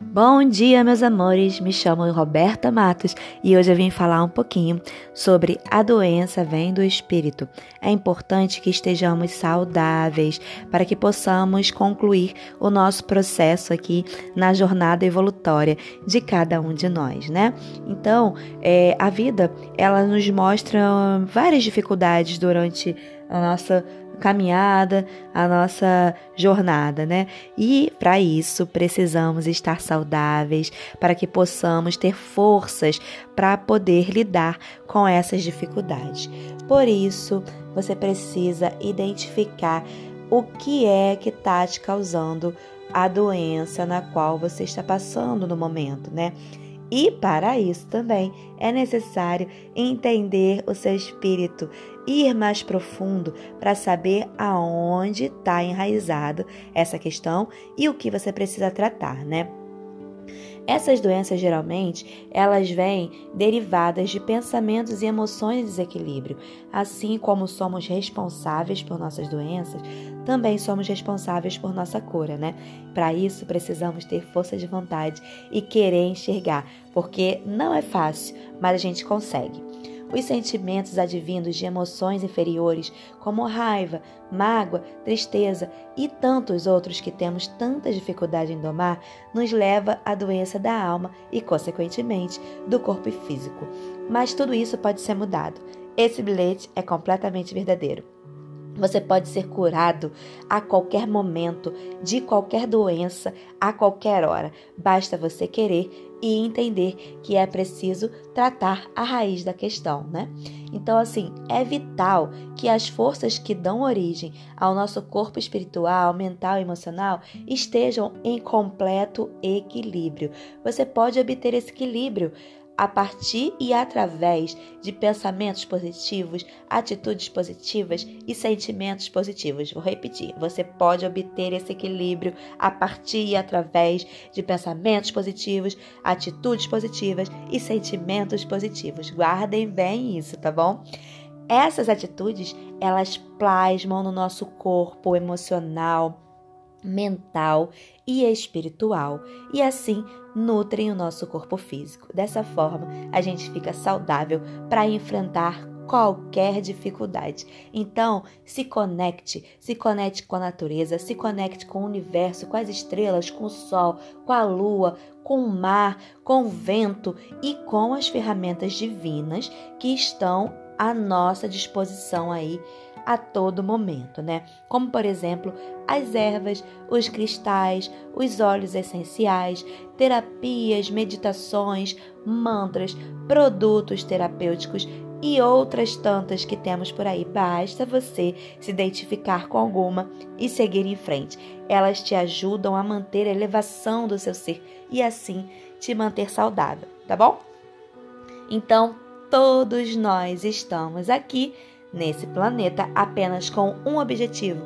Bom dia, meus amores, me chamo Roberta Matos e hoje eu vim falar um pouquinho sobre a doença vem do espírito. É importante que estejamos saudáveis para que possamos concluir o nosso processo aqui na jornada evolutória de cada um de nós, né? Então, a vida, ela nos mostra várias dificuldades durante a nossa caminhada, a nossa jornada, né? E para isso precisamos estar saudáveis para que possamos ter forças para poder lidar com essas dificuldades. Por isso, você precisa identificar o que é que está te causando a doença na qual você está passando no momento, né? E para isso também é necessário entender o seu espírito, ir mais profundo para saber aonde está enraizado essa questão e o que você precisa tratar, né? Essas doenças, geralmente, elas vêm derivadas de pensamentos e emoções em desequilíbrio. Assim como somos responsáveis por nossas doenças, também somos responsáveis por nossa cura, né? Para isso, precisamos ter força de vontade e querer enxergar, porque não é fácil, mas a gente consegue. Os sentimentos advindos de emoções inferiores, como raiva, mágoa, tristeza e tantos outros que temos tanta dificuldade em domar, nos leva à doença da alma e, consequentemente, do corpo físico. Mas tudo isso pode ser mudado. Esse bilhete é completamente verdadeiro. Você pode ser curado a qualquer momento, de qualquer doença, a qualquer hora. Basta você querer e entender que é preciso tratar a raiz da questão, né? Então, assim, é vital que as forças que dão origem ao nosso corpo espiritual, mental e emocional estejam em completo equilíbrio. Você pode obter esse equilíbrio a partir e através de pensamentos positivos, atitudes positivas e sentimentos positivos. Vou repetir, você pode obter esse equilíbrio a partir e através de pensamentos positivos, atitudes positivas e sentimentos positivos. Guardem bem isso, tá bom? Essas atitudes, elas plasmam no nosso corpo emocional, mental e espiritual e assim nutrem o nosso corpo físico. Dessa forma, a gente fica saudável para enfrentar qualquer dificuldade. Então, se conecte com a natureza, se conecte com o universo, com as estrelas, com o sol, com a lua, com o mar, com o vento e com as ferramentas divinas que estão à nossa disposição aí a todo momento, né? Como, por exemplo, as ervas, os cristais, os óleos essenciais, terapias, meditações, mantras, produtos terapêuticos e outras tantas que temos por aí. Basta você se identificar com alguma e seguir em frente. Elas te ajudam a manter a elevação do seu ser e assim te manter saudável, tá bom? Então, todos nós estamos aqui nesse planeta apenas com um objetivo: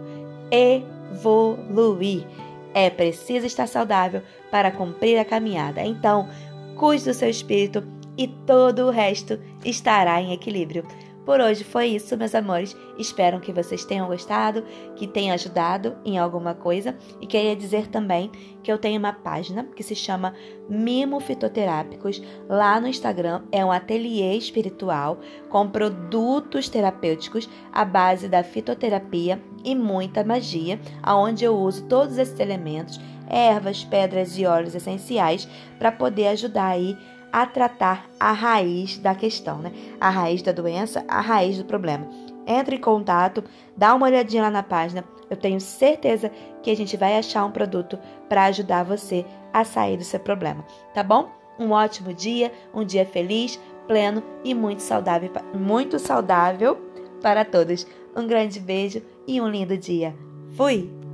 evoluir. É preciso estar saudável para cumprir a caminhada. Então, cuide do seu espírito e todo o resto estará em equilíbrio. Por hoje foi isso, meus amores. Espero que vocês tenham gostado, que tenha ajudado em alguma coisa. E queria dizer também que eu tenho uma página que se chama Mimo Fitoterápicos. Lá no Instagram é um ateliê espiritual com produtos terapêuticos à base da fitoterapia e muita magia, onde eu uso todos esses elementos, ervas, pedras e óleos essenciais para poder ajudar aí a tratar a raiz da questão, né? A raiz da doença, a raiz do problema. Entre em contato, dá uma olhadinha lá na página. Eu tenho certeza que a gente vai achar um produto para ajudar você a sair do seu problema, tá bom? Um ótimo dia, um dia feliz, pleno e muito saudável para todos. Um grande beijo e um lindo dia. Fui!